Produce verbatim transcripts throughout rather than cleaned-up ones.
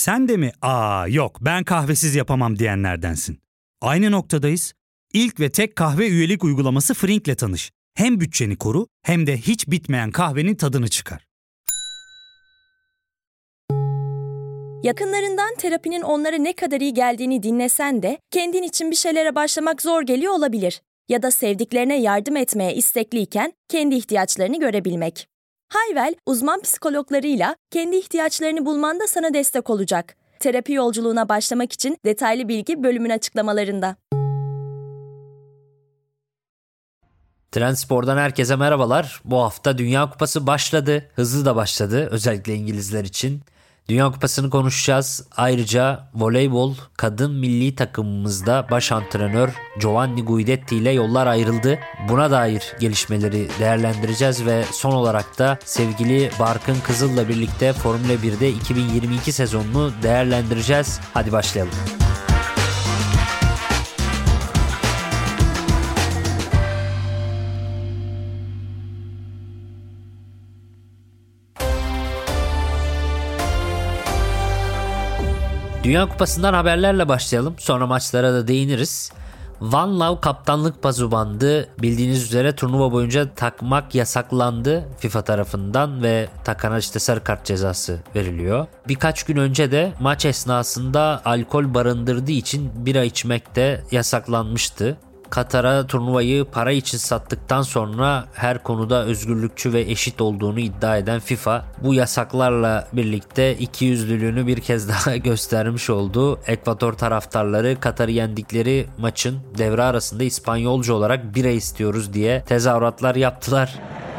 Sen de mi "Aa yok ben kahvesiz yapamam" diyenlerdensin? Aynı noktadayız. İlk ve tek kahve üyelik uygulaması Frink'le tanış. Hem bütçeni koru hem de hiç bitmeyen kahvenin tadını çıkar. Yakınlarından terapinin onlara ne kadar iyi geldiğini dinlesen de kendin için bir şeylere başlamak zor geliyor olabilir. Ya da sevdiklerine yardım etmeye istekliyken kendi ihtiyaçlarını görebilmek. Hayvel, uzman psikologlarıyla kendi ihtiyaçlarını bulmanda sana destek olacak. Terapi yolculuğuna başlamak için detaylı bilgi bölümün açıklamalarında. Trendspor'dan herkese merhabalar. Bu hafta Dünya Kupası başladı. Hızlı da başladı, özellikle İngilizler için. Dünya Kupası'nı konuşacağız. Ayrıca voleybol kadın milli takımımızda baş antrenör Giovanni Guidetti ile yollar ayrıldı. Buna dair gelişmeleri değerlendireceğiz ve son olarak da sevgili Barkın Kızıl'la birlikte Formula birde iki bin yirmi iki sezonunu değerlendireceğiz. Hadi başlayalım. Dünya Kupası'ndan haberlerle başlayalım. Sonra maçlara da değiniriz. One Love kaptanlık pazubandı. Bildiğiniz üzere turnuva boyunca takmak yasaklandı FIFA tarafından ve takana işte sarı kart cezası veriliyor. Birkaç gün önce de maç esnasında alkol barındırdığı için bira içmek de yasaklanmıştı. Katar'a turnuvayı para için sattıktan sonra her konuda özgürlükçü ve eşit olduğunu iddia eden FIFA bu yasaklarla birlikte ikiyüzlülüğünü bir kez daha göstermiş oldu. Ekvador taraftarları Katar'ı yendikleri maçın devre arasında İspanyolca olarak bira istiyoruz diye tezahüratlar yaptılar.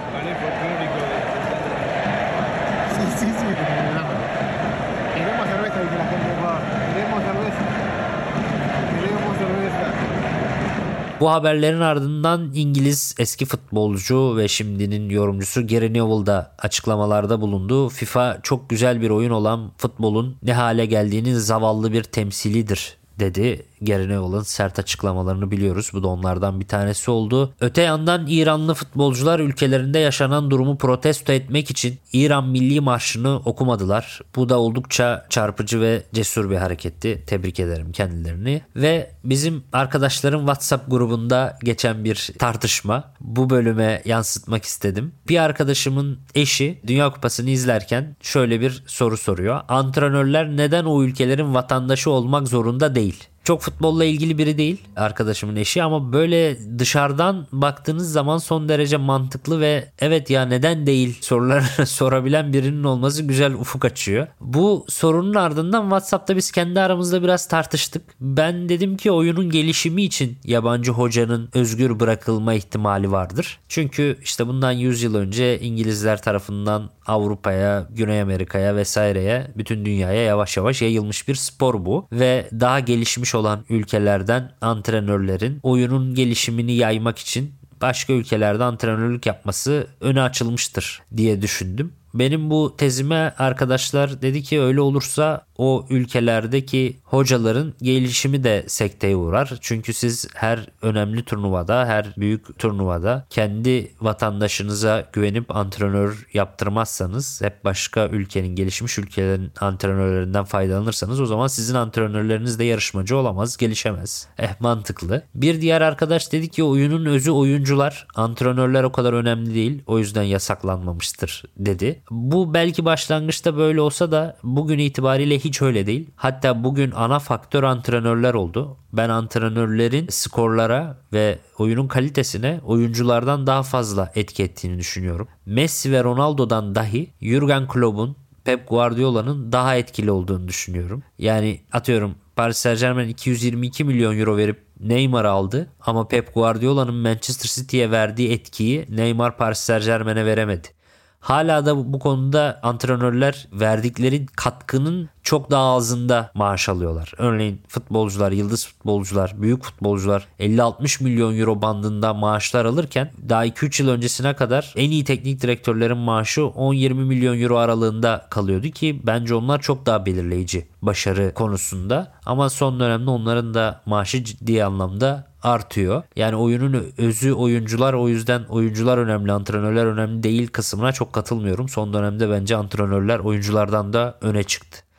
Bu haberlerin ardından İngiliz eski futbolcu ve şimdinin yorumcusu Gary Neville da açıklamalarda bulundu. FIFA çok güzel bir oyun olan futbolun ne hale geldiğinin zavallı bir temsilidir dedi. Gary Neville'ın sert açıklamalarını biliyoruz. Bu da onlardan bir tanesi oldu. Öte yandan İranlı futbolcular ülkelerinde yaşanan durumu protesto etmek için İran Milli Marşı'nı okumadılar. Bu da oldukça çarpıcı ve cesur bir hareketti. Tebrik ederim kendilerini. Ve bizim arkadaşların WhatsApp grubunda geçen bir tartışma. Bu bölüme yansıtmak istedim. Bir arkadaşımın eşi Dünya Kupası'nı izlerken şöyle bir soru soruyor. Antrenörler neden o ülkelerin vatandaşı olmak zorunda değil? Çok futbolla ilgili biri değil arkadaşımın eşi ama böyle dışarıdan baktığınız zaman son derece mantıklı ve evet ya neden değil soruları sorabilen birinin olması güzel ufuk açıyor. Bu sorunun ardından WhatsApp'ta biz kendi aramızda biraz tartıştık. Ben dedim ki oyunun gelişimi için yabancı hocanın özgür bırakılma ihtimali vardır. Çünkü işte bundan yüz yıl önce İngilizler tarafından Avrupa'ya, Güney Amerika'ya vesaireye, bütün dünyaya yavaş yavaş yayılmış bir spor bu ve daha gelişmiş olan ülkelerden antrenörlerin oyunun gelişimini yaymak için başka ülkelerde antrenörlük yapması öne açılmıştır diye düşündüm. Benim bu tezime arkadaşlar dedi ki öyle olursa o ülkelerdeki hocaların gelişimi de sekteye uğrar. Çünkü siz her önemli turnuvada, her büyük turnuvada kendi vatandaşınıza güvenip antrenör yaptırmazsanız, hep başka ülkenin, gelişmiş ülkelerin antrenörlerinden faydalanırsanız o zaman sizin antrenörleriniz de yarışmacı olamaz, gelişemez. Eh mantıklı. Bir diğer arkadaş dedi ki oyunun özü oyuncular, antrenörler o kadar önemli değil, o yüzden yasaklanmamıştır dedi. Bu belki başlangıçta böyle olsa da bugün itibariyle hiç öyle değil. Hatta bugün ana faktör antrenörler oldu. Ben antrenörlerin skorlara ve oyunun kalitesine oyunculardan daha fazla etki ettiğini düşünüyorum. Messi ve Ronaldo'dan dahi Jürgen Klopp'un, Pep Guardiola'nın daha etkili olduğunu düşünüyorum. Yani atıyorum Paris Saint-Germain iki yüz yirmi iki milyon euro verip Neymar aldı ama Pep Guardiola'nın Manchester City'ye verdiği etkiyi Neymar Paris Saint-Germain'e veremedi. Hala da bu konuda antrenörler verdikleri katkının çok daha azında maaş alıyorlar. Örneğin futbolcular, yıldız futbolcular, büyük futbolcular elli altmış milyon euro bandında maaşlar alırken daha iki üç yıl öncesine kadar en iyi teknik direktörlerin maaşı on yirmi milyon euro aralığında kalıyordu ki bence onlar çok daha belirleyici başarı konusunda. Ama son dönemde onların da maaşı ciddi anlamda artıyor. Yani oyunun özü oyuncular, o yüzden oyuncular önemli, antrenörler önemli değil kısmına çok katılmıyorum. Son dönemde bence antrenörler oyunculardan da öne çıktı.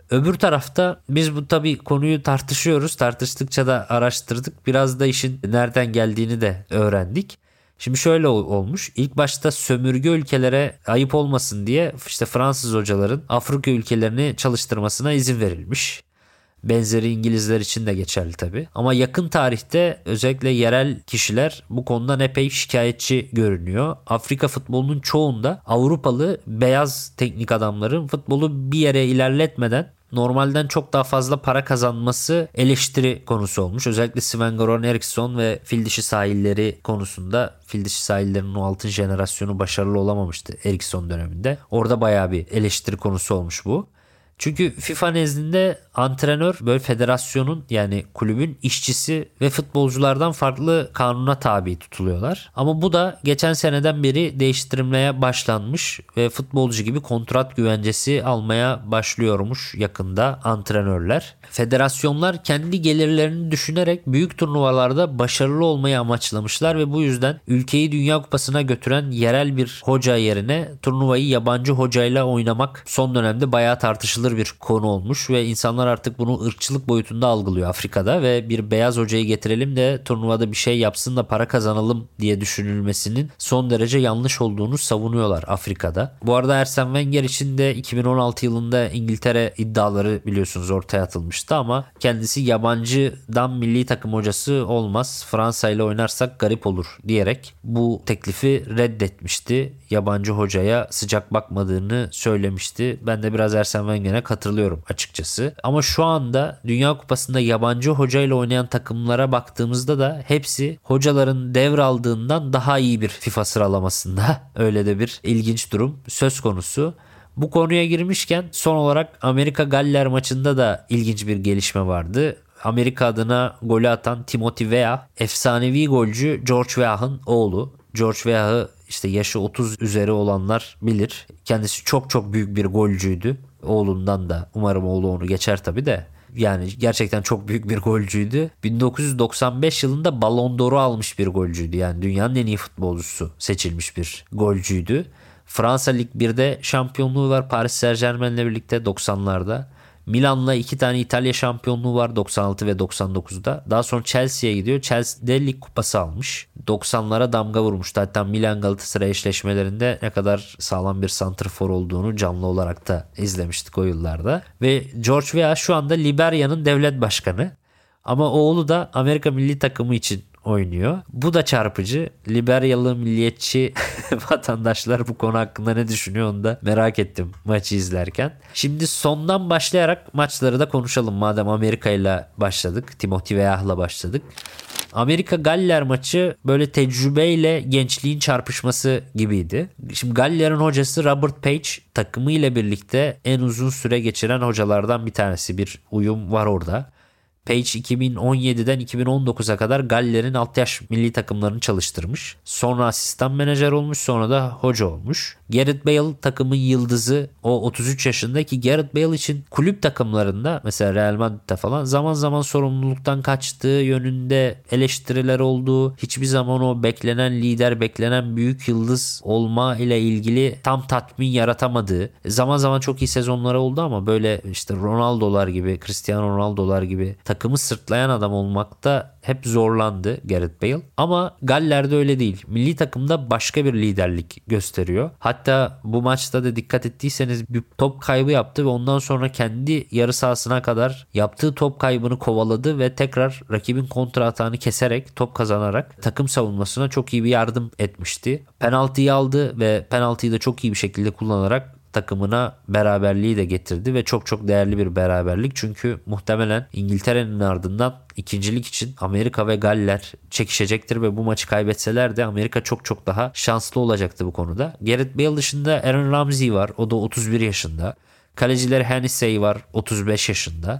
Öbür tarafta biz bu tabii konuyu tartışıyoruz. Tartıştıkça da araştırdık. Biraz da işin nereden geldiğini de öğrendik. Şimdi şöyle olmuş. İlk başta sömürge ülkelere ayıp olmasın diye işte Fransız hocaların Afrika ülkelerini çalıştırmasına izin verilmiş. Benzeri İngilizler için de geçerli tabii. Ama yakın tarihte özellikle yerel kişiler bu konudan epey şikayetçi görünüyor. Afrika futbolunun çoğunda Avrupalı beyaz teknik adamların futbolu bir yere ilerletmeden normalden çok daha fazla para kazanması eleştiri konusu olmuş. Özellikle Sven-Göran Eriksson ve fil dişi sahilleri konusunda, fil dişi sahillerinin o altın jenerasyonu başarılı olamamıştı Eriksson döneminde. Orada bayağı bir eleştiri konusu olmuş bu. Çünkü FIFA nezdinde antrenör böyle federasyonun, yani kulübün işçisi ve futbolculardan farklı kanuna tabi tutuluyorlar. Ama bu da geçen seneden beri değiştirilmeye başlanmış ve futbolcu gibi kontrat güvencesi almaya başlıyormuş yakında antrenörler. Federasyonlar kendi gelirlerini düşünerek büyük turnuvalarda başarılı olmayı amaçlamışlar ve bu yüzden ülkeyi Dünya Kupası'na götüren yerel bir hoca yerine turnuvayı yabancı hocayla oynamak son dönemde bayağı tartışılır bir konu olmuş ve insanlar artık bunu ırkçılık boyutunda algılıyor Afrika'da ve bir beyaz hocayı getirelim de turnuvada bir şey yapsın da para kazanalım diye düşünülmesinin son derece yanlış olduğunu savunuyorlar Afrika'da. Bu arada Arsene Wenger için de iki bin on altı yılında İngiltere iddiaları biliyorsunuz ortaya atılmıştı ama kendisi yabancıdan milli takım hocası olmaz, Fransa ile oynarsak garip olur diyerek bu teklifi reddetmişti. Yabancı hocaya sıcak bakmadığını söylemişti. Ben de biraz Arsene Wenger'e katılıyorum açıkçası. Ama şu anda Dünya Kupası'nda yabancı hocayla oynayan takımlara baktığımızda da hepsi hocaların devraldığından daha iyi bir FIFA sıralamasında. Öyle de bir ilginç durum söz konusu. Bu konuya girmişken son olarak Amerika-Galler maçında da ilginç bir gelişme vardı. Amerika adına golü atan Timothy Weah, efsanevi golcü George Weah'ın oğlu. George Weah'ı işte yaşı otuz üzeri olanlar bilir. Kendisi çok çok büyük bir golcüydü. Oğlundan da umarım oğlu onu geçer tabii de. Yani gerçekten çok büyük bir golcüydü. bin dokuz yüz doksan beş yılında Ballon d'Or'u almış bir golcüydü. Yani dünyanın en iyi futbolcusu seçilmiş bir golcüydü. Fransa Lig birde şampiyonluğu var Paris Saint-Germain'le birlikte doksanlarda. Milan'la iki tane İtalya şampiyonluğu var doksan altı ve doksan dokuzda. Daha sonra Chelsea'ye gidiyor. Chelsea'de lig kupası almış. doksanlara damga vurmuştu. Hatta Milan Galatasaray eşleşmelerinde ne kadar sağlam bir santrfor olduğunu canlı olarak da izlemiştik o yıllarda. Ve George Weah şu anda Liberya'nın devlet başkanı. Ama oğlu da Amerika milli takımı için oynuyor. Bu da çarpıcı. Liberyalı milliyetçi vatandaşlar bu konu hakkında ne düşünüyor onu da merak ettim maçı izlerken. Şimdi sondan başlayarak maçları da konuşalım. Madem Amerika ile başladık. Timothy Weah'la başladık. Amerika-Galler maçı böyle tecrübeyle gençliğin çarpışması gibiydi. Şimdi Galler'in hocası Robert Page takımı ile birlikte en uzun süre geçiren hocalardan bir tanesi. Bir uyum var orada. Page iki bin on yediden iki bin on dokuza kadar Galler'in alt yaş milli takımlarını çalıştırmış. Sonra asistan menajer olmuş, sonra da hoca olmuş. Gareth Bale takımın yıldızı, o otuz üç yaşındaki Gareth Bale için kulüp takımlarında mesela Real Madrid'de falan zaman zaman sorumluluktan kaçtığı yönünde eleştiriler oldu. Hiçbir zaman o beklenen lider, beklenen büyük yıldız olma ile ilgili tam tatmin yaratamadığı, zaman zaman çok iyi sezonları oldu ama böyle işte Ronaldo'lar gibi, Cristiano Ronaldo'lar gibi takımı sırtlayan adam olmakta hep zorlandı Gareth Bale. Ama Galler'de öyle değil. Milli takımda başka bir liderlik gösteriyor. Hatta bu maçta da dikkat ettiyseniz bir top kaybı yaptı ve ondan sonra kendi yarı sahasına kadar yaptığı top kaybını kovaladı ve tekrar rakibin kontra atağını keserek, top kazanarak takım savunmasına çok iyi bir yardım etmişti. Penaltıyı aldı ve penaltıyı da çok iyi bir şekilde kullanarak takımına beraberliği de getirdi ve çok çok değerli bir beraberlik. Çünkü muhtemelen İngiltere'nin ardından ikincilik için Amerika ve Galler çekişecektir ve bu maçı kaybetseler de Amerika çok çok daha şanslı olacaktı bu konuda. Gareth Bale dışında Aaron Ramsey var. O da otuz bir yaşında. Kaleciler Hennessy var otuz beş yaşında.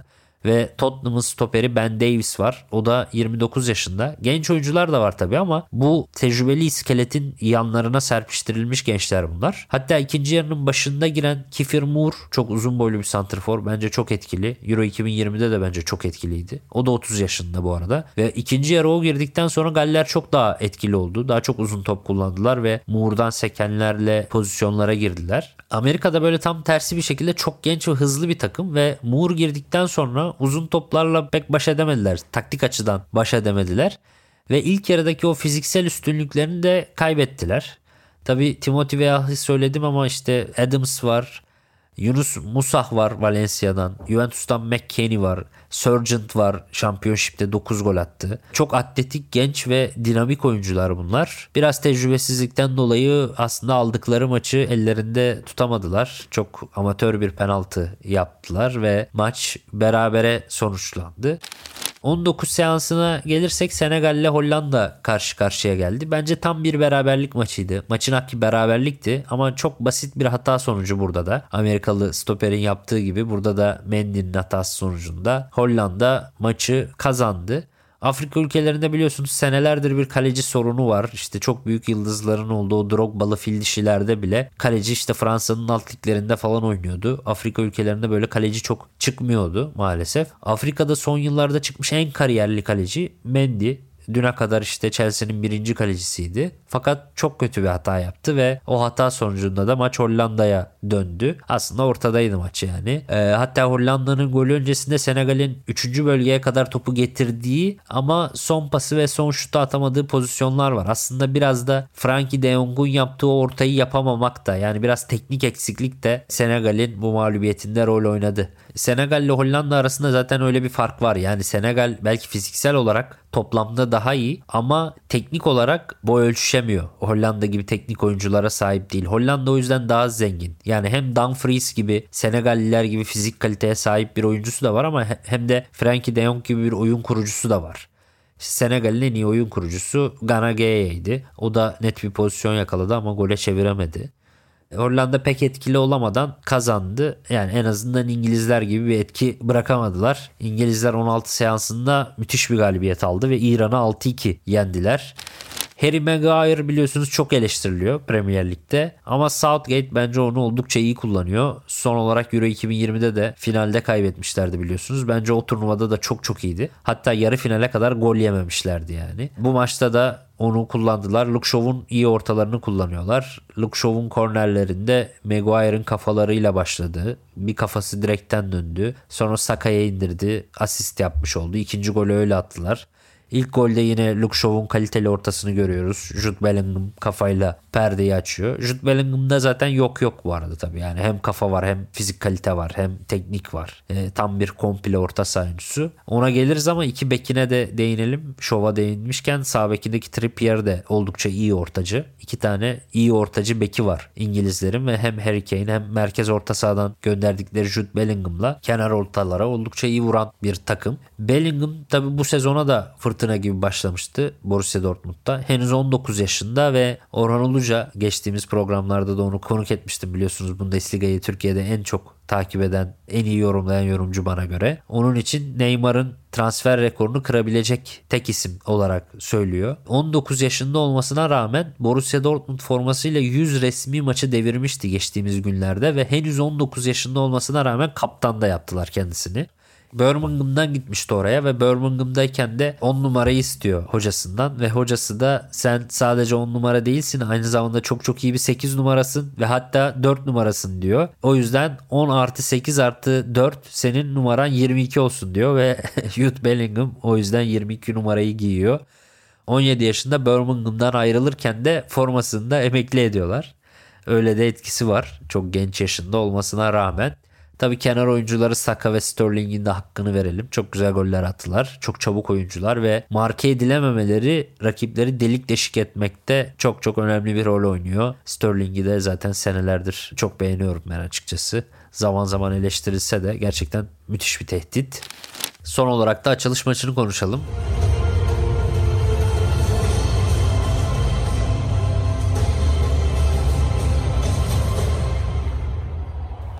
Ve Tottenham'ın stoperi Ben Davies var. O da yirmi dokuz yaşında. Genç oyuncular da var tabii ama bu tecrübeli iskeletin yanlarına serpiştirilmiş gençler bunlar. Hatta ikinci yarının başında giren Kiefer Moore çok uzun boylu bir santrfor. Bence çok etkili. Euro iki bin yirmide de bence çok etkiliydi. O da otuz yaşında bu arada. Ve ikinci yarı o girdikten sonra Galler çok daha etkili oldu. Daha çok uzun top kullandılar ve Moore'dan sekenlerle pozisyonlara girdiler. Amerika'da böyle tam tersi bir şekilde çok genç ve hızlı bir takım ve Moore girdikten sonra uzun toplarla pek baş edemediler. Taktik açıdan baş edemediler. Ve ilk yarıdaki o fiziksel üstünlüklerini de kaybettiler. Tabii Timothy Weah'ı söyledim ama işte Adams var. Yunus Musah var Valencia'dan. Juventus'tan McKennie var. Sargent var. Şampiyonşipte dokuz gol attı. Çok atletik, genç ve dinamik oyuncular bunlar. Biraz tecrübesizlikten dolayı aslında aldıkları maçı ellerinde tutamadılar. Çok amatör bir penaltı yaptılar ve maç berabere sonuçlandı. on dokuz seansına gelirsek Senegal ile Hollanda karşı karşıya geldi. Bence tam bir beraberlik maçıydı. Maçın hakkı beraberlikti ama çok basit bir hata sonucu burada da. Amerikalı stoperin yaptığı gibi burada da Mendy'nin hatası sonucunda Hollanda maçı kazandı. Afrika ülkelerinde biliyorsunuz senelerdir bir kaleci sorunu var. İşte çok büyük yıldızların olduğu Drogba'lı fil dişilerde bile kaleci işte Fransa'nın alt liglerinde falan oynuyordu. Afrika ülkelerinde böyle kaleci çok çıkmıyordu maalesef. Afrika'da son yıllarda çıkmış en kariyerli kaleci Mendy. Düne kadar işte Chelsea'nin birinci kalecisiydi. Fakat çok kötü bir hata yaptı ve o hata sonucunda da maç Hollanda'ya döndü. Aslında ortadaydı maç yani. E, hatta Hollanda'nın golü öncesinde Senegal'in üçüncü bölgeye kadar topu getirdiği ama son pası ve son şutu atamadığı pozisyonlar var. Aslında biraz da Frenkie de Jong'un yaptığı ortayı yapamamak da, yani biraz teknik eksiklik de Senegal'in bu mağlubiyetinde rol oynadı. Senegal ile Hollanda arasında zaten öyle bir fark var. Yani Senegal belki fiziksel olarak toplamda daha iyi ama teknik olarak boy ölçüşemiyor. Hollanda gibi teknik oyunculara sahip değil. Hollanda o yüzden daha zengin. Yani hem Dumfries gibi, Senegalliler gibi fizik kaliteye sahip bir oyuncusu da var ama hem de Frenkie de Jong gibi bir oyun kurucusu da var. Senegal'in en iyi oyun kurucusu Gana Gueye'ydi. O da net bir pozisyon yakaladı ama gole çeviremedi. Hollanda pek etkili olamadan kazandı. Yani en azından İngilizler gibi bir etki bırakamadılar. İngilizler on altı seansında müthiş bir galibiyet aldı ve İran'ı altı iki yendiler. Harry Maguire biliyorsunuz çok eleştiriliyor Premier Lig'de ama Southgate bence onu oldukça iyi kullanıyor. Son olarak Euro iki bin yirmide de finalde kaybetmişlerdi biliyorsunuz. Bence o turnuvada da çok çok iyiydi. Hatta yarı finale kadar gol yememişlerdi yani. Bu maçta da onu kullandılar. Luke Shaw'un iyi ortalarını kullanıyorlar. Luke Shaw'un kornerlerinde Maguire'ın kafalarıyla başladı. Bir kafası direkten döndü. Sonra Saka'ya indirdi. Asist yapmış oldu. İkinci golü öyle attılar. İlk golde yine Luke Shaw'un kaliteli ortasını görüyoruz. Jude Bellingham kafayla perdeyi açıyor. Jude Bellingham'da zaten yok yok bu arada tabii. Yani hem kafa var, hem fizik kalite var, hem teknik var. E, tam bir komple orta saha oyuncusu. Ona geliriz ama iki bekine de değinelim. Shaw'a değinmişken sağ bekindeki Trippier de oldukça iyi ortacı. İki tane iyi ortacı beki var İngilizlerin ve hem Harry Kane hem merkez orta sahadan gönderdikleri Jude Bellingham'la kenar ortalara oldukça iyi vuran bir takım. Bellingham tabii bu sezona da fırtına gibi başlamıştı Borussia Dortmund'da. Henüz on dokuz yaşında ve Orhan Uluca, geçtiğimiz programlarda da onu konuk etmiştim biliyorsunuz. Bundesliga'yı Türkiye'de en çok takip eden, en iyi yorumlayan yorumcu bana göre. Onun için Neymar'ın transfer rekorunu kırabilecek tek isim olarak söylüyor. on dokuz yaşında olmasına rağmen Borussia Dortmund formasıyla yüz resmi maçı devirmişti geçtiğimiz günlerde ve henüz on dokuz yaşında olmasına rağmen kaptan da yaptılar kendisini. Birmingham'dan gitmişti oraya ve Birmingham'dayken de on numarayı istiyor hocasından ve hocası da sen sadece on numara değilsin, aynı zamanda çok çok iyi bir sekiz numarasın ve hatta dört numarasın diyor. O yüzden on artı sekiz artı dört senin numaran yirmi iki olsun diyor ve Jude Bellingham o yüzden yirmi iki numarayı giyiyor. on yedi yaşında Birmingham'dan ayrılırken de formasını da emekli ediyorlar. Öyle de etkisi var çok genç yaşında olmasına rağmen. Tabii kenar oyuncuları Saka ve Sterling'in de hakkını verelim. Çok güzel goller attılar. Çok çabuk oyuncular ve marke edilememeleri rakipleri delik deşik etmekte çok çok önemli bir rol oynuyor. Sterling'i de zaten senelerdir çok beğeniyorum ben açıkçası. Zaman zaman eleştirilse de gerçekten müthiş bir tehdit. Son olarak da açılış maçını konuşalım.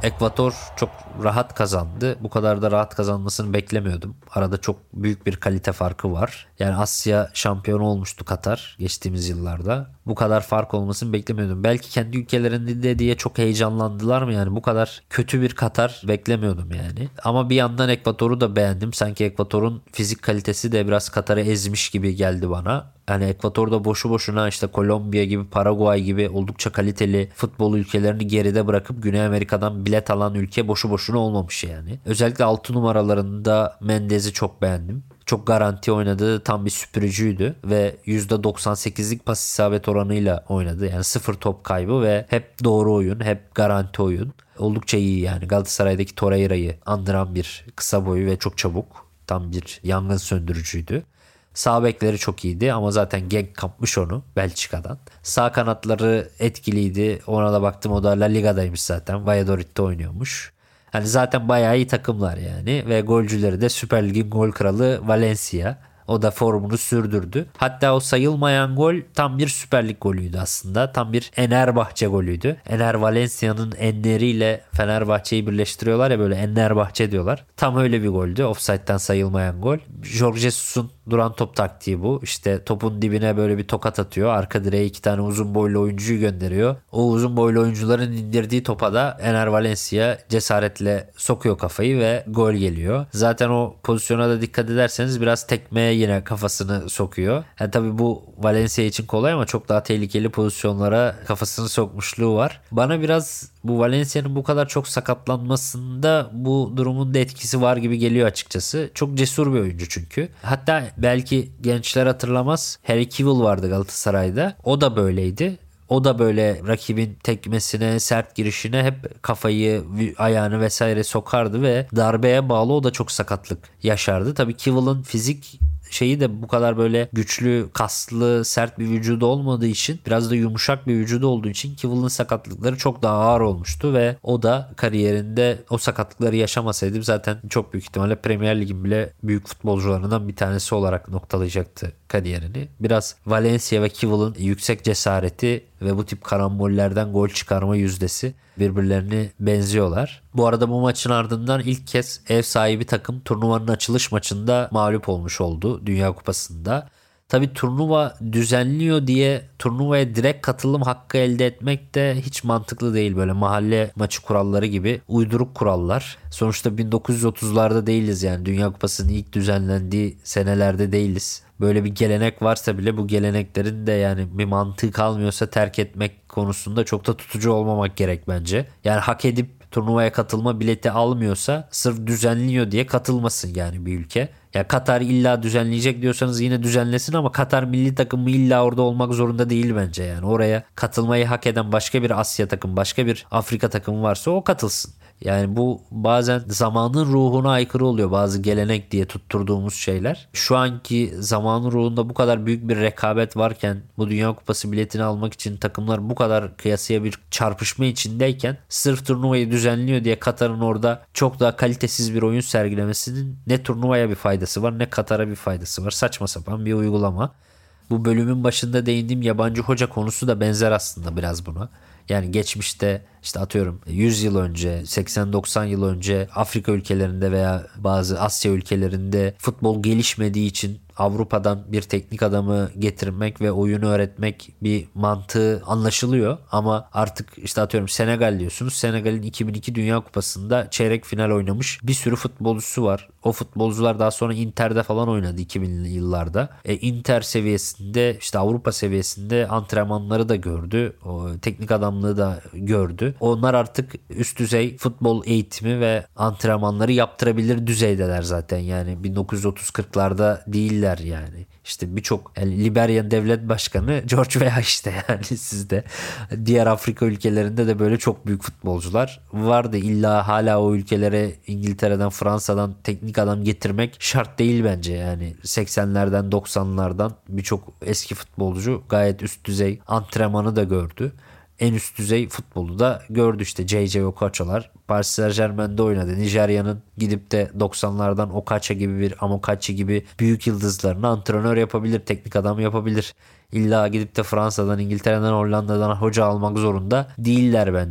Ekvator çok rahat kazandı. Bu kadar da rahat kazanmasını beklemiyordum. Arada çok büyük bir kalite farkı var. Yani Asya şampiyonu olmuştu Katar geçtiğimiz yıllarda. Bu kadar fark olmasını beklemiyordum. Belki kendi ülkelerinde diye çok heyecanlandılar mı yani? Bu kadar kötü bir Katar beklemiyordum yani. Ama bir yandan Ekvator'u da beğendim. Sanki Ekvator'un fizik kalitesi de biraz Katar'ı ezmiş gibi geldi bana. Yani Ekvator'da boşu boşuna işte Kolombiya gibi, Paraguay gibi oldukça kaliteli futbol ülkelerini geride bırakıp Güney Amerika'dan bilet alan ülke boşu boşuna olmamış yani. Özellikle altı numaralarında Mendez'i çok beğendim. Çok garanti oynadı, tam bir süpürücüydü ve yüzde doksan sekizlik pas isabet oranıyla oynadı. Yani sıfır top kaybı ve hep doğru oyun, hep garanti oyun. Oldukça iyi yani. Galatasaray'daki Torreira'yı andıran bir kısa boyu ve çok çabuk. Tam bir yangın söndürücüydü. Sağ bekleri çok iyiydi ama zaten Genk kapmış onu Belçika'dan. Sağ kanatları etkiliydi. Ona da baktım, o da La Liga'daymış zaten. Valladolid'de oynuyormuş. Hani zaten bayağı iyi takımlar yani. Ve golcüleri de Süper Lig'in gol kralı Valencia. O da formunu sürdürdü. Hatta o sayılmayan gol tam bir Süper Lig golüydü aslında. Tam bir Fenerbahçe golüydü. Ener Valencia'nın enleriyle Fenerbahçe'yi birleştiriyorlar ya, böyle Ennerbahçe diyorlar. Tam öyle bir goldü. Offside'den sayılmayan gol. Jorge Jesus'un duran top taktiği bu. İşte topun dibine böyle bir tokat atıyor. Arka direğe iki tane uzun boylu oyuncuyu gönderiyor. O uzun boylu oyuncuların indirdiği topa da Ener Valencia cesaretle sokuyor kafayı ve gol geliyor. Zaten o pozisyona da dikkat ederseniz biraz tekmeye yine kafasını sokuyor. Yani tabii bu Valencia için kolay ama çok daha tehlikeli pozisyonlara kafasını sokmuşluğu var. Bana biraz bu Valencia'nın bu kadar çok sakatlanmasında bu durumun da etkisi var gibi geliyor açıkçası. Çok cesur bir oyuncu çünkü. Hatta belki gençler hatırlamaz, Harry Kewell vardı Galatasaray'da. O da böyleydi. O da böyle rakibin tekmesine, sert girişine hep kafayı, ayağını vesaire sokardı ve darbeye bağlı o da çok sakatlık yaşardı. Tabii Kewell'ın fizik şeyi de bu kadar böyle güçlü, kaslı, sert bir vücudu olmadığı için, biraz da yumuşak bir vücudu olduğu için Kewell'ın sakatlıkları çok daha ağır olmuştu ve o da kariyerinde o sakatlıkları yaşamasaydı zaten çok büyük ihtimalle Premier Lig'in bile büyük futbolcularından bir tanesi olarak noktalayacaktı kariyerini. Biraz Valencia ve Kewell'ın yüksek cesareti ve bu tip karambollerden gol çıkarma yüzdesi birbirlerine benziyorlar. Bu arada bu maçın ardından ilk kez ev sahibi takım turnuvanın açılış maçında mağlup olmuş oldu Dünya Kupası'nda. Tabii turnuva düzenliyor diye turnuvaya direkt katılım hakkı elde etmek de hiç mantıklı değil. Böyle mahalle maçı kuralları gibi uyduruk kurallar. Sonuçta bin dokuz yüz otuzlarda değiliz yani. Dünya Kupası'nın ilk düzenlendiği senelerde değiliz. Böyle bir gelenek varsa bile bu geleneklerin de yani bir mantığı kalmıyorsa terk etmek konusunda çok da tutucu olmamak gerek bence. Yani hak edip turnuvaya katılma bileti almıyorsa sırf düzenliyor diye katılmasın yani bir ülke. Ya Katar illa düzenleyecek diyorsanız yine düzenlesin ama Katar milli takımı illa orada olmak zorunda değil bence yani. Oraya katılmayı hak eden başka bir Asya takımı, başka bir Afrika takımı varsa o katılsın. Yani bu bazen zamanın ruhuna aykırı oluyor, bazı gelenek diye tutturduğumuz şeyler. Şu anki zamanın ruhunda bu kadar büyük bir rekabet varken, bu Dünya Kupası biletini almak için takımlar bu kadar kıyasıya bir çarpışma içindeyken sırf turnuvayı düzenliyor diye Katar'ın orada çok daha kalitesiz bir oyun sergilemesinin ne turnuvaya bir faydası var ne Katar'a bir faydası var. Saçma sapan bir uygulama. Bu bölümün başında değindiğim yabancı hoca konusu da benzer aslında biraz buna. Yani geçmişte işte atıyorum yüz yıl önce, seksen doksan yıl önce Afrika ülkelerinde veya bazı Asya ülkelerinde futbol gelişmediği için Avrupa'dan bir teknik adamı getirmek ve oyunu öğretmek bir mantığı anlaşılıyor. Ama artık işte atıyorum Senegal diyorsunuz. Senegal'in iki bin iki Dünya Kupası'nda çeyrek final oynamış bir sürü futbolcusu var. O futbolcular daha sonra Inter'de falan oynadı iki binli yıllarda. E, Inter seviyesinde, işte Avrupa seviyesinde antrenmanları da gördü. O teknik adamlığı da gördü. Onlar artık üst düzey futbol eğitimi ve antrenmanları yaptırabilir düzeydeler zaten. Yani bin dokuz yüz otuz kırklarda değiller yani. İşte birçok yani Liberya Devlet Başkanı George Weah işte yani sizde. Diğer Afrika ülkelerinde de böyle çok büyük futbolcular vardı. İlla hala o ülkelere İngiltere'den, Fransa'dan teknik adam getirmek şart değil bence yani. seksenlerden doksanlardan birçok eski futbolcu gayet üst düzey antrenmanı da gördü. En üst düzey futbolu da gördü işte. J J Okochalar Paris Saint-Germain'de oynadı. Nijerya'nın gidip de doksanlardan Okocha gibi bir Amokachi gibi büyük yıldızlarını antrenör yapabilir, teknik adam yapabilir. İlla gidip de Fransa'dan, İngiltere'den, Hollanda'dan hoca almak zorunda değiller bence.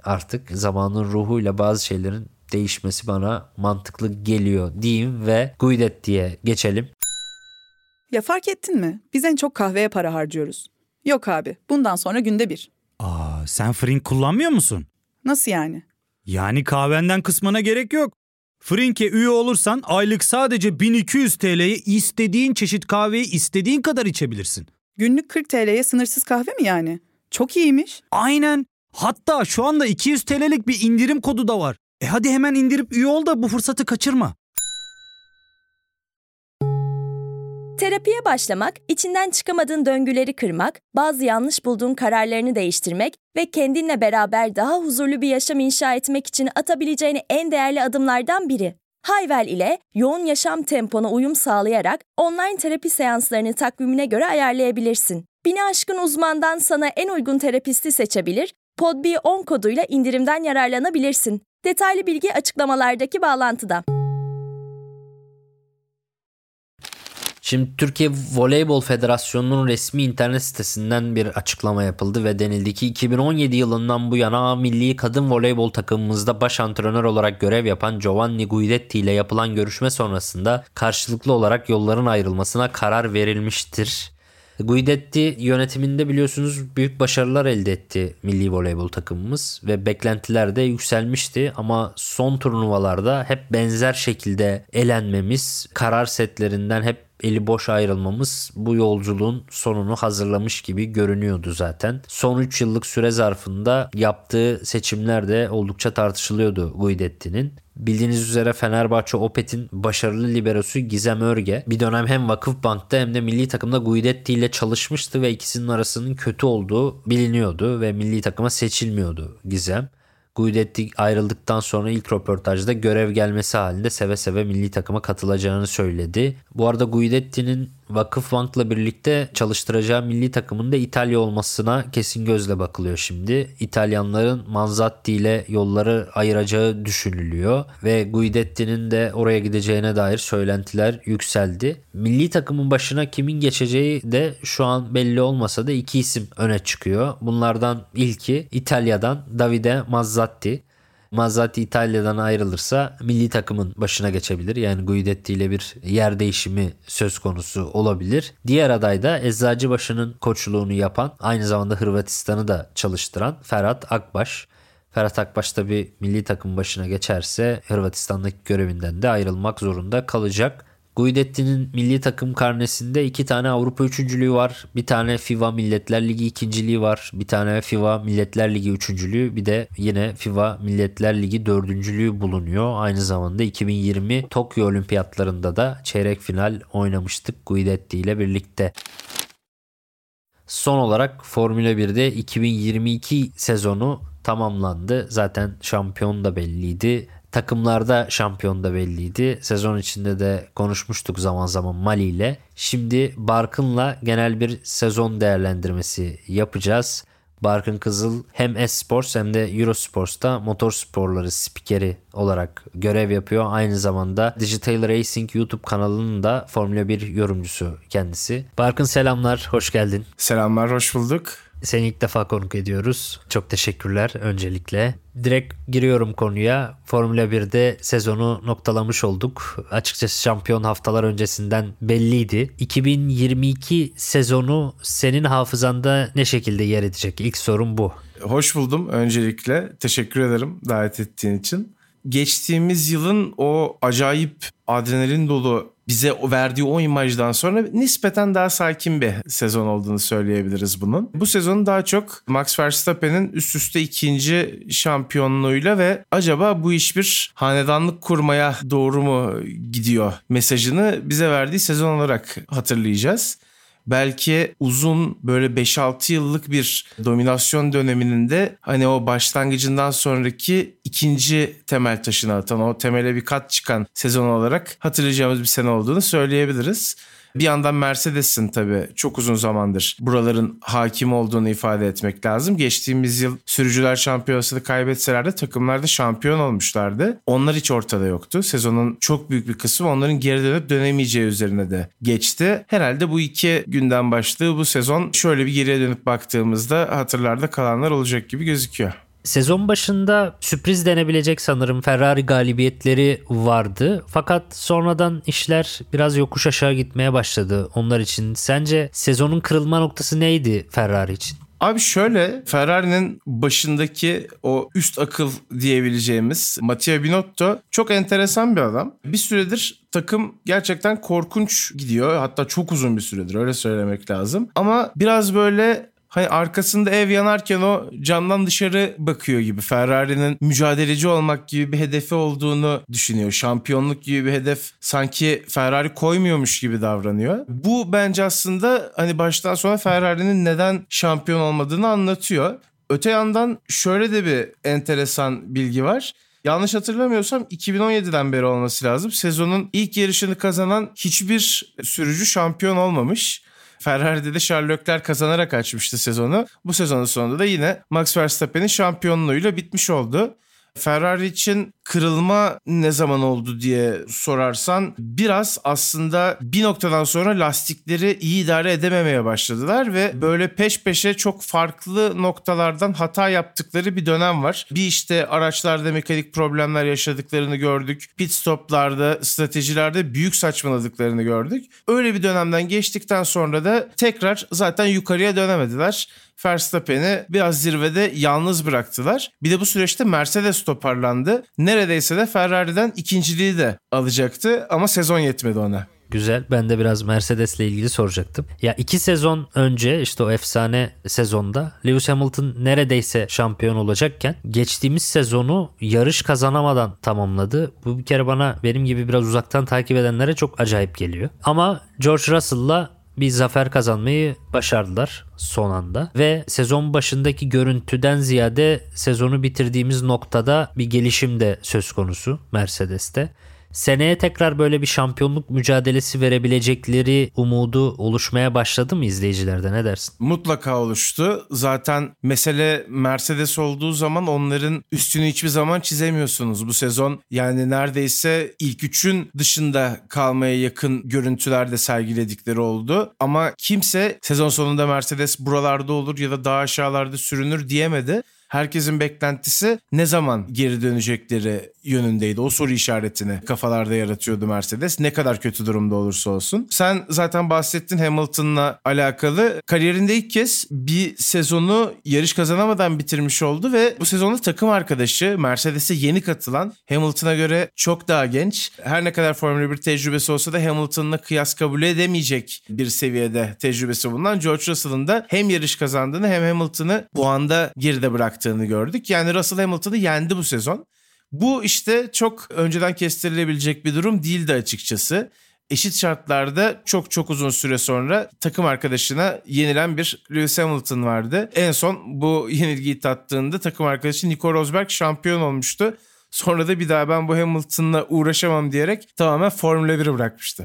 artık zamanın ruhuyla bazı şeylerin değişmesi bana mantıklı geliyor diyeyim ve Guidet diye geçelim. Ya fark ettin mi? Biz en çok kahveye para harcıyoruz. Yok abi, bundan sonra günde bir. Aa, sen Frink kullanmıyor musun? Nasıl yani? Yani kahvenden kısmına gerek yok. Frink'e üye olursan aylık sadece bin iki yüz T L'ye istediğin çeşit kahveyi istediğin kadar içebilirsin. Günlük kırk T L'ye sınırsız kahve mi yani? Çok iyiymiş. Aynen. Hatta şu anda iki yüz T L'lik bir indirim kodu da var. E hadi hemen indirip üye ol da bu fırsatı kaçırma. Terapiye başlamak, içinden çıkamadığın döngüleri kırmak, bazı yanlış bulduğun kararlarını değiştirmek ve kendinle beraber daha huzurlu bir yaşam inşa etmek için atabileceğin en değerli adımlardan biri. Hayvel ile yoğun yaşam tempona uyum sağlayarak online terapi seanslarını takvimine göre ayarlayabilirsin. Bini aşkın uzmandan sana en uygun terapisti seçebilir, Pod B on koduyla indirimden yararlanabilirsin. Detaylı bilgi açıklamalardaki bağlantıda. Şimdi Türkiye Voleybol Federasyonu'nun resmi internet sitesinden bir açıklama yapıldı ve denildi ki iki bin on yedi yılından bu yana milli kadın voleybol takımımızda baş antrenör olarak görev yapan Giovanni Guidetti ile yapılan görüşme sonrasında karşılıklı olarak yolların ayrılmasına karar verilmiştir. Guidetti yönetiminde biliyorsunuz büyük başarılar elde etti milli voleybol takımımız ve beklentiler de yükselmişti ama son turnuvalarda hep benzer şekilde elenmemiz, karar setlerinden hep eli boş ayrılmamız bu yolculuğun sonunu hazırlamış gibi görünüyordu zaten. Son üç yıllık süre zarfında yaptığı seçimler de oldukça tartışılıyordu Guidetti'nin. Bildiğiniz üzere Fenerbahçe Opet'in başarılı liberosu Gizem Örge bir dönem hem Vakıfbank'ta hem de milli takımda Guidetti ile çalışmıştı ve ikisinin arasının kötü olduğu biliniyordu ve milli takıma seçilmiyordu Gizem. Guidetti ayrıldıktan sonra ilk röportajda görev gelmesi halinde seve seve milli takıma katılacağını söyledi. Bu arada Guidetti'nin Vakıfbank'la birlikte çalıştıracağı milli takımın da İtalya olmasına kesin gözle bakılıyor şimdi. İtalyanların Manzatti ile yolları ayıracağı düşünülüyor ve Guidetti'nin de oraya gideceğine dair söylentiler yükseldi. Milli takımın başına kimin geçeceği de şu an belli olmasa da iki isim öne çıkıyor. Bunlardan ilki İtalya'dan Davide Mazzatti. Mazzatti İtalya'dan ayrılırsa milli takımın başına geçebilir. Yani Guidetti ile bir yer değişimi söz konusu olabilir. Diğer aday da Eczacıbaşı'nın koçluğunu yapan, aynı zamanda Hırvatistan'ı da çalıştıran Ferhat Akbaş. Ferhat Akbaş tabii milli takım başına geçerse Hırvatistan'daki görevinden de ayrılmak zorunda kalacak. Guidetti'nin milli takım karnesinde iki tane Avrupa üçüncülüğü var. Bir tane FIFA Milletler Ligi ikinciliği var. Bir tane FIFA Milletler Ligi üçüncülüğü. Bir de yine FIFA Milletler Ligi dördüncülüğü bulunuyor. Aynı zamanda iki bin yirmi Tokyo Olimpiyatlarında da çeyrek final oynamıştık Guidetti ile birlikte. Son olarak Formula birde iki bin yirmi iki sezonu tamamlandı. Zaten şampiyon da belliydi. Takımlarda şampiyon da belliydi. Sezon içinde de konuşmuştuk zaman zaman Mali ile. Şimdi Barkın'la genel bir sezon değerlendirmesi yapacağız. Barkın Kızıl hem Esports hem de Eurosports'ta motor sporları spikeri olarak görev yapıyor. Aynı zamanda Digital Racing YouTube kanalının da Formula bir yorumcusu kendisi. Barkın selamlar, hoş geldin. Selamlar, hoş bulduk. Seni ilk defa konuk ediyoruz. Çok teşekkürler öncelikle. Direkt giriyorum konuya. Formula birde sezonu noktalamış olduk. Açıkçası şampiyon haftalar öncesinden belliydi. iki bin yirmi iki sezonu senin hafızanda ne şekilde yer edecek? İlk sorum bu. Hoş buldum öncelikle. Teşekkür ederim davet ettiğin için. Geçtiğimiz yılın o acayip adrenalin dolu bize verdiği o imajdan sonra nispeten daha sakin bir sezon olduğunu söyleyebiliriz bunun. Bu sezonu daha çok Max Verstappen'in üst üste ikinci şampiyonluğuyla ve acaba bu iş bir hanedanlık kurmaya doğru mu gidiyor mesajını bize verdiği sezon olarak hatırlayacağız. Belki uzun böyle beş altı yıllık bir dominasyon döneminin de hani o başlangıcından sonraki ikinci temel taşını atan, o temele bir kat çıkan sezon olarak hatırlayacağımız bir sene olduğunu söyleyebiliriz. Bir yandan Mercedes'in tabii çok uzun zamandır buraların hakim olduğunu ifade etmek lazım. Geçtiğimiz yıl sürücüler şampiyonasını kaybetseler de takımlarda şampiyon olmuşlardı. Onlar hiç ortada yoktu. Sezonun çok büyük bir kısmı onların geri dönüp dönemeyeceği üzerine de geçti. Herhalde bu iki günden başladığı bu sezon şöyle bir geriye dönüp baktığımızda hatırlarda kalanlar olacak gibi gözüküyor. Sezon başında sürpriz denebilecek sanırım Ferrari galibiyetleri vardı. Fakat sonradan işler biraz yokuş aşağı gitmeye başladı onlar için. Sence sezonun kırılma noktası neydi Ferrari için? Abi şöyle, Ferrari'nin başındaki o üst akıl diyebileceğimiz Mattia Binotto çok enteresan bir adam. Bir süredir takım gerçekten korkunç gidiyor. Hatta çok uzun bir süredir, öyle söylemek lazım. Ama biraz böyle hani arkasında ev yanarken o camdan dışarı bakıyor gibi. Ferrari'nin mücadeleci olmak gibi bir hedefi olduğunu düşünüyor. Şampiyonluk gibi bir hedef sanki Ferrari koymuyormuş gibi davranıyor. Bu bence aslında hani baştan sona Ferrari'nin neden şampiyon olmadığını anlatıyor. Öte yandan şöyle de bir enteresan bilgi var. Yanlış hatırlamıyorsam iki bin on yediden beri olması lazım. Sezonun ilk yarışını kazanan hiçbir sürücü şampiyon olmamış. Ferrari'de de Charles Leclerc kazanarak açmıştı sezonu. Bu sezonun sonunda da yine Max Verstappen'in şampiyonluğuyla bitmiş oldu. Ferrari için kırılma ne zaman oldu diye sorarsan biraz aslında bir noktadan sonra lastikleri iyi idare edememeye başladılar ve böyle peş peşe çok farklı noktalardan hata yaptıkları bir dönem var. Bir işte araçlarda mekanik problemler yaşadıklarını gördük. Pit stoplarda, stratejilerde büyük saçmaladıklarını gördük. Öyle bir dönemden geçtikten sonra da tekrar zaten yukarıya dönemediler. Verstappen'i biraz zirvede yalnız bıraktılar. Bir de bu süreçte Mercedes toparlandı. Neredeyse de Ferrari'den ikinciliği de alacaktı ama sezon yetmedi ona. Güzel. Ben de biraz Mercedes'le ilgili soracaktım. Ya iki sezon önce işte o efsane sezonda Lewis Hamilton neredeyse şampiyon olacakken geçtiğimiz sezonu yarış kazanamadan tamamladı. Bu bir kere bana benim gibi biraz uzaktan takip edenlere çok acayip geliyor. Ama George Russell'la bir zafer kazanmayı başardılar son anda ve sezon başındaki görüntüden ziyade sezonu bitirdiğimiz noktada bir gelişim de söz konusu Mercedes'te. Seneye tekrar böyle bir şampiyonluk mücadelesi verebilecekleri umudu oluşmaya başladı mı izleyicilerde, ne dersin? Mutlaka oluştu. Zaten mesele Mercedes olduğu zaman onların üstünü hiçbir zaman çizemiyorsunuz. Bu sezon yani neredeyse ilk üçün dışında kalmaya yakın görüntüler de sergiledikleri oldu. Ama kimse sezon sonunda Mercedes buralarda olur ya da daha aşağılarda sürünür diyemedi. Herkesin beklentisi ne zaman geri dönecekleri yönündeydi. O soru işaretini kafalarda yaratıyordu Mercedes. Ne kadar kötü durumda olursa olsun. Sen zaten bahsettin Hamilton'la alakalı. Kariyerinde ilk kez bir sezonu yarış kazanamadan bitirmiş oldu ve bu sezonda takım arkadaşı Mercedes'e yeni katılan, Hamilton'a göre çok daha genç, her ne kadar Formula bir tecrübesi olsa da Hamilton'la kıyas kabul edemeyecek bir seviyede tecrübesi bulunan George Russell'ın da hem yarış kazandığını hem Hamilton'ı puanda geride bıraktı gördük. Yani Russell Hamilton'ı yendi bu sezon. Bu işte çok önceden kestirilebilecek bir durum değildi açıkçası. Eşit şartlarda çok çok uzun süre sonra takım arkadaşına yenilen bir Lewis Hamilton vardı. En son bu yenilgiyi tattığında takım arkadaşı Nico Rosberg şampiyon olmuştu. Sonra da bir daha ben bu Hamilton'la uğraşamam diyerek tamamen Formula biri bırakmıştı.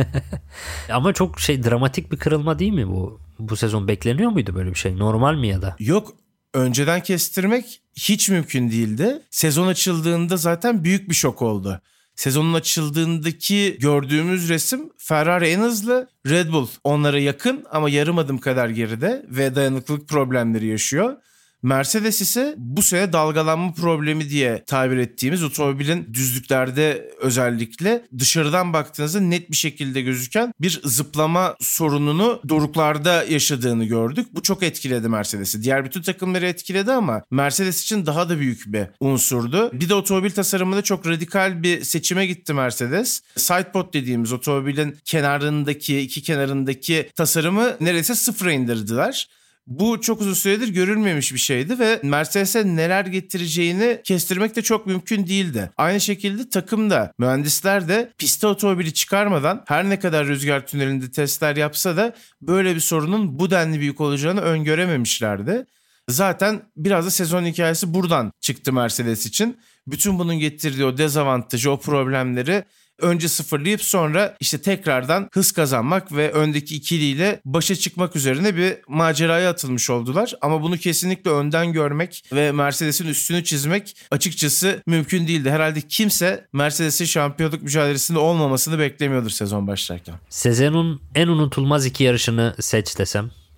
Ama çok şey dramatik bir kırılma değil mi bu? Bu sezon bekleniyor muydu böyle bir şey? Normal mi ya da? Yok. Önceden kestirmek hiç mümkün değildi. Sezon açıldığında zaten büyük bir şok oldu. Sezonun açıldığındaki gördüğümüz resim Ferrari en hızlı, Red Bull onlara yakın ama yarım adım kadar geride ve dayanıklılık problemleri yaşıyor. Mercedes ise bu sene dalgalanma problemi diye tabir ettiğimiz otomobilin düzlüklerde özellikle dışarıdan baktığınızda net bir şekilde gözüken bir zıplama sorununu doruklarda yaşadığını gördük. Bu çok etkiledi Mercedes'i. Diğer bütün takımları etkiledi ama Mercedes için daha da büyük bir unsurdu. Bir de otomobil tasarımında çok radikal bir seçime gitti Mercedes. Sidepod dediğimiz otomobilin kenarındaki, iki kenarındaki tasarımı neredeyse sıfıra indirdiler. Bu çok uzun süredir görülmemiş bir şeydi ve Mercedes'e neler getireceğini kestirmek de çok mümkün değildi. Aynı şekilde takım da, mühendisler de piste otomobili çıkarmadan her ne kadar rüzgar tünelinde testler yapsa da böyle bir sorunun bu denli büyük olacağını öngörememişlerdi. Zaten biraz da sezon hikayesi buradan çıktı Mercedes için. Bütün bunun getirdiği o dezavantajı, o problemleri önce sıfırlayıp sonra işte tekrardan hız kazanmak ve öndeki ikiliyle başa çıkmak üzerine bir maceraya atılmış oldular. Ama bunu kesinlikle önden görmek ve Mercedes'in üstünü çizmek açıkçası mümkün değildi. Herhalde kimse Mercedes'in şampiyonluk mücadelesinde olmamasını beklemiyordur sezon başlarken. Sezonun en unutulmaz iki yarışını seç desem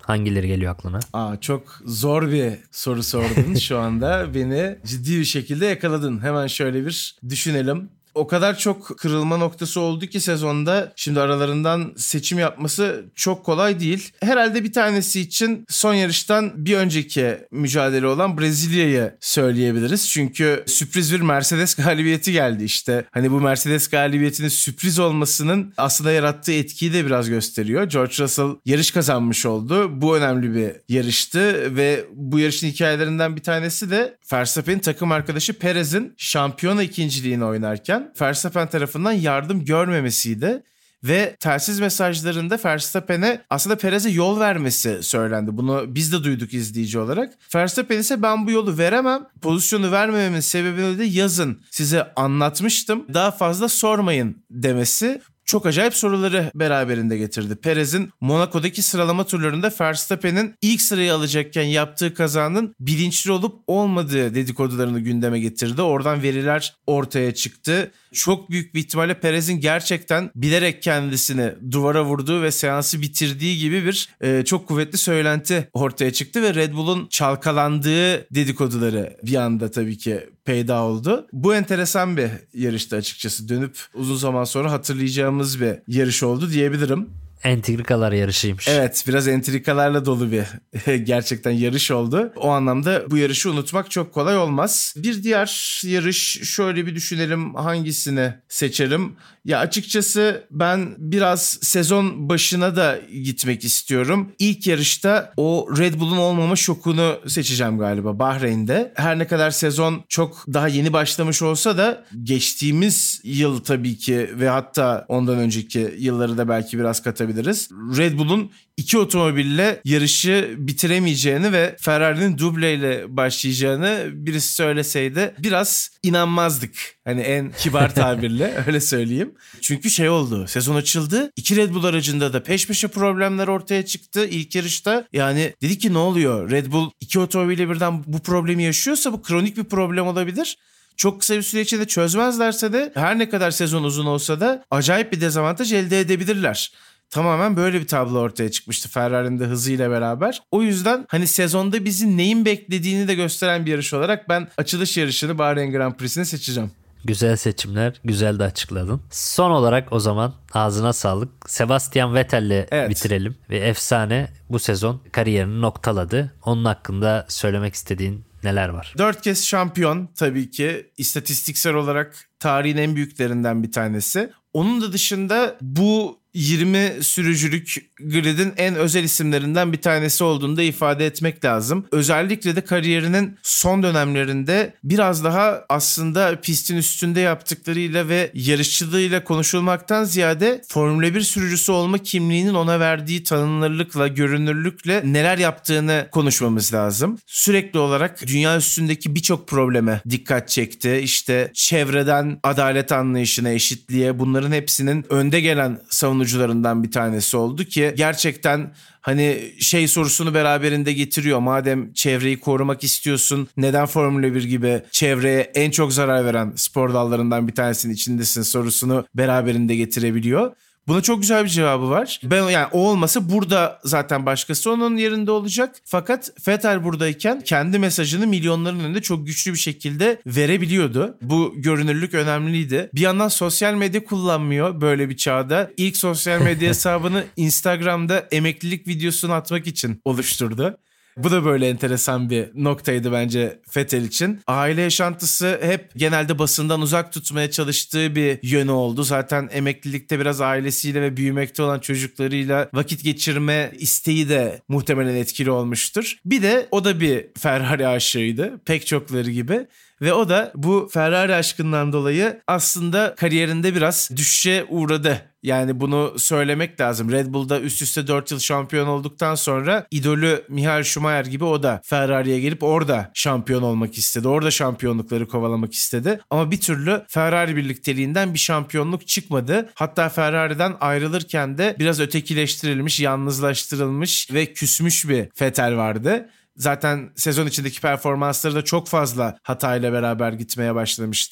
Hangileri geliyor aklına? Aa, çok zor bir soru sordun şu anda. Beni ciddi bir şekilde yakaladın. Hemen şöyle bir düşünelim. O kadar çok kırılma noktası oldu ki sezonda, şimdi aralarından seçim yapması çok kolay değil. Herhalde bir tanesi için son yarıştan bir önceki mücadele olan Brezilya'yı söyleyebiliriz. Çünkü sürpriz bir Mercedes galibiyeti geldi işte. Hani bu Mercedes galibiyetinin sürpriz olmasının aslında yarattığı etkiyi de biraz gösteriyor. George Russell yarış kazanmış oldu. Bu önemli bir yarıştı ve bu yarışın hikayelerinden bir tanesi de Verstappen'in takım arkadaşı Perez'in şampiyona ikinciliğini oynarken Verstappen tarafından yardım görmemesiydi. Ve telsiz mesajlarında Verstappen'e aslında Perez'e yol vermesi söylendi. Bunu biz de duyduk izleyici olarak. Verstappen ise ben bu yolu veremem. Pozisyonu vermememin sebebini de yazın size anlatmıştım. Daha fazla sormayın demesi çok acayip soruları beraberinde getirdi. Perez'in Monaco'daki sıralama turlarında Verstappen'in ilk sırayı alacakken yaptığı kazanın bilinçli olup olmadığı dedikodularını gündeme getirdi. Oradan veriler ortaya çıktı. Çok büyük bir ihtimalle Perez'in gerçekten bilerek kendisini duvara vurduğu ve seansı bitirdiği gibi bir e, çok kuvvetli söylenti ortaya çıktı ve Red Bull'un çalkalandığı dedikoduları bir anda tabii ki peyda oldu. Bu enteresan bir yarıştı açıkçası. Dönüp uzun zaman sonra hatırlayacağımız bir yarış oldu diyebilirim. Entrikalar yarışıymış. Evet, biraz entrikalarla dolu bir gerçekten yarış oldu. O anlamda bu yarışı unutmak çok kolay olmaz. Bir diğer yarış, şöyle bir düşünelim, hangisini seçerim? Ya açıkçası ben biraz sezon başına da gitmek istiyorum. İlk yarışta o Red Bull'un olmama şokunu seçeceğim galiba Bahreyn'de. Her ne kadar sezon çok daha yeni başlamış olsa da geçtiğimiz yıl tabii ki ve hatta ondan önceki yılları da belki biraz katabiliriz. Red Bull'un iki otomobille yarışı bitiremeyeceğini ve Ferrari'nin dubleyle başlayacağını birisi söyleseydi biraz inanmazdık. Hani en kibar tabirle öyle söyleyeyim. Çünkü şey oldu, sezon açıldı. İki Red Bull aracında da peş peşe problemler ortaya çıktı ilk yarışta. Yani dedik ki ne oluyor? Red Bull iki otomobille birden bu problemi yaşıyorsa bu kronik bir problem olabilir. Çok kısa bir süre içinde çözmezlerse de her ne kadar sezon uzun olsa da acayip bir dezavantaj elde edebilirler. Tamamen böyle bir tablo ortaya çıkmıştı Ferrari'nin de hızıyla beraber. O yüzden hani sezonda bizi neyin beklediğini de gösteren bir yarış olarak ben açılış yarışını Bahreyn Grand Prix'sini seçeceğim. Güzel seçimler, güzel de açıkladın. Son olarak o zaman ağzına sağlık. Sebastian Vettel'le evet. bitirelim. Ve efsane bu sezon kariyerini noktaladı. Onun hakkında söylemek istediğin neler var? Dört kez şampiyon tabii ki. İstatistiksel olarak tarihin en büyüklerinden bir tanesi. Onun da dışında bu yirmi sürücülük gridin en özel isimlerinden bir tanesi olduğunu da ifade etmek lazım. Özellikle de kariyerinin son dönemlerinde biraz daha aslında pistin üstünde yaptıklarıyla ve yarışçılığıyla konuşulmaktan ziyade Formula bir sürücüsü olma kimliğinin ona verdiği tanınırlıkla, görünürlükle neler yaptığını konuşmamız lazım. Sürekli olarak dünya üstündeki birçok probleme dikkat çekti. İşte çevreden adalet anlayışına, eşitliğe, bunların hepsinin önde gelen savunucularından bir tanesi oldu ki gerçekten hani şey sorusunu beraberinde getiriyor. Madem çevreyi korumak istiyorsun, neden Formula bir gibi çevreye en çok zarar veren spor dallarından bir tanesinin içindesin sorusunu beraberinde getirebiliyor. Buna çok güzel bir cevabı var. Ben yani o olmasa burada zaten başkası onun yerinde olacak. Fakat Vettel buradayken kendi mesajını milyonların önünde çok güçlü bir şekilde verebiliyordu. Bu görünürlük önemliydi. Bir yandan sosyal medya kullanmıyor böyle bir çağda. İlk sosyal medya hesabını Instagram'da emeklilik videosunu atmak için oluşturdu. Bu da böyle enteresan bir noktaydı bence Vettel için. Aile yaşantısı hep genelde basından uzak tutmaya çalıştığı bir yönü oldu. Zaten emeklilikte biraz ailesiyle ve büyümekte olan çocuklarıyla vakit geçirme isteği de muhtemelen etkili olmuştur. Bir de o da bir Ferrari aşığıydı. Pek çokları gibi. Ve o da bu Ferrari aşkından dolayı aslında kariyerinde biraz düşüşe uğradı. Yani bunu söylemek lazım. Red Bull'da üst üste dört yıl şampiyon olduktan sonra idolü Michael Schumacher gibi o da Ferrari'ye gelip orada şampiyon olmak istedi. Orada şampiyonlukları kovalamak istedi. Ama bir türlü Ferrari birlikteliğinden bir şampiyonluk çıkmadı. Hatta Ferrari'den ayrılırken de biraz ötekileştirilmiş, yalnızlaştırılmış ve küsmüş bir Vettel vardı. Zaten sezon içindeki performansları da çok fazla hatayla beraber gitmeye başlamıştı.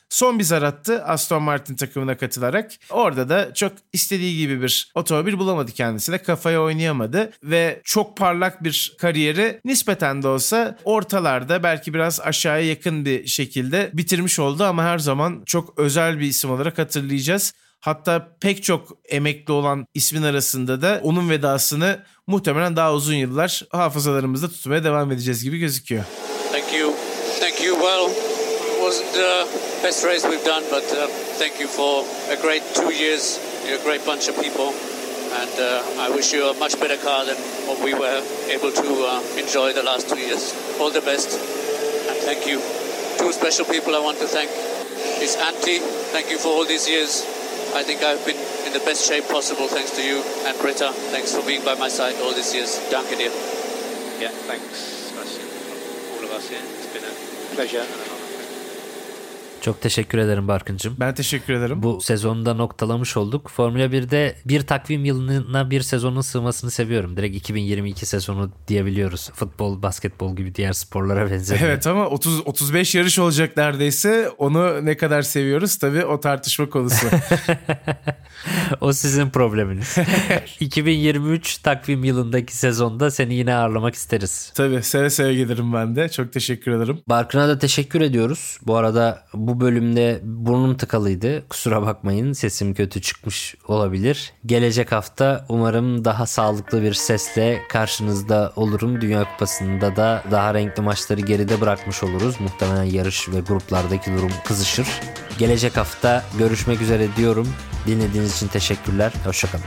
son bir zar attı Aston Martin takımına katılarak. Orada da çok istediği gibi bir otomobil bulamadı kendisine. Kafaya oynayamadı ve çok parlak bir kariyeri nispeten de olsa ortalarda, belki biraz aşağıya yakın bir şekilde bitirmiş oldu ama her zaman çok özel bir isim olarak hatırlayacağız. Hatta pek çok emekli olan ismin arasında da onun vedasını muhtemelen daha uzun yıllar hafızalarımızda tutmaya devam edeceğiz gibi gözüküyor. Thank you. Thank you. Well, it wasn't the best race we've done, but uh, thank you for a great two years. You're a great bunch of people. And uh, I wish you a much better car than what we were able to uh, enjoy the last two years. All the best. And thank you. Two special people I want to thank is Antti. Thank you for all these years. I think I've been in the best shape possible thanks to you. And Britta, thanks for being by my side all these years. Danke dir. Yeah, thanks, Sebastian, from all of us here. It's been a pleasure and an honor. Çok teşekkür ederim Barkıncığım. Ben teşekkür ederim. Bu sezonu da noktalamış olduk. Formula birde bir takvim yılına bir sezonun sığmasını seviyorum. Direkt iki bin yirmi iki sezonu diyebiliyoruz. Futbol, basketbol gibi diğer sporlara benzemiyor. Evet ama otuz otuz beş yarış olacak neredeyse. Onu ne kadar seviyoruz tabii o tartışma konusu. O sizin probleminiz. iki bin yirmi üç takvim yılındaki sezonda seni yine ağırlamak isteriz. Tabii seve seve gelirim ben de. Çok teşekkür ederim. Barkın'a da teşekkür ediyoruz. Bu arada bu bölümde burnum tıkalıydı. Kusura bakmayın, sesim kötü çıkmış olabilir. Gelecek hafta umarım daha sağlıklı bir sesle karşınızda olurum. Dünya Kupası'nda da daha renkli maçları geride bırakmış oluruz. Muhtemelen yarış ve gruplardaki durum kızışır. Gelecek hafta görüşmek üzere diyorum. Dinlediğiniz için teşekkürler. Hoşçakalın.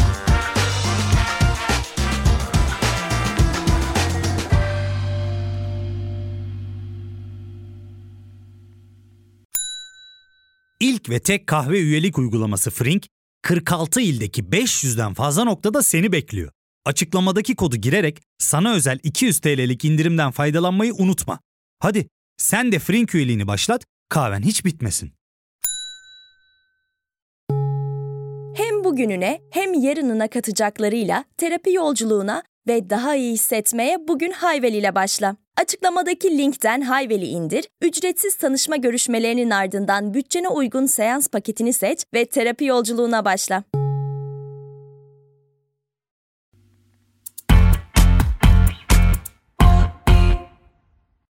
İlk ve tek kahve üyelik uygulaması Frink, kırk altı ildeki beş yüzden fazla noktada seni bekliyor. Açıklamadaki kodu girerek sana özel iki yüz TL'lik indirimden faydalanmayı unutma. Hadi sen de Frink üyeliğini başlat, kahven hiç bitmesin. Hem bugününe hem yarınına katacaklarıyla terapi yolculuğuna ve daha iyi hissetmeye bugün Hayvel ile başla. Açıklamadaki linkten Hayvel'i indir, ücretsiz tanışma görüşmelerinin ardından bütçene uygun seans paketini seç ve terapi yolculuğuna başla.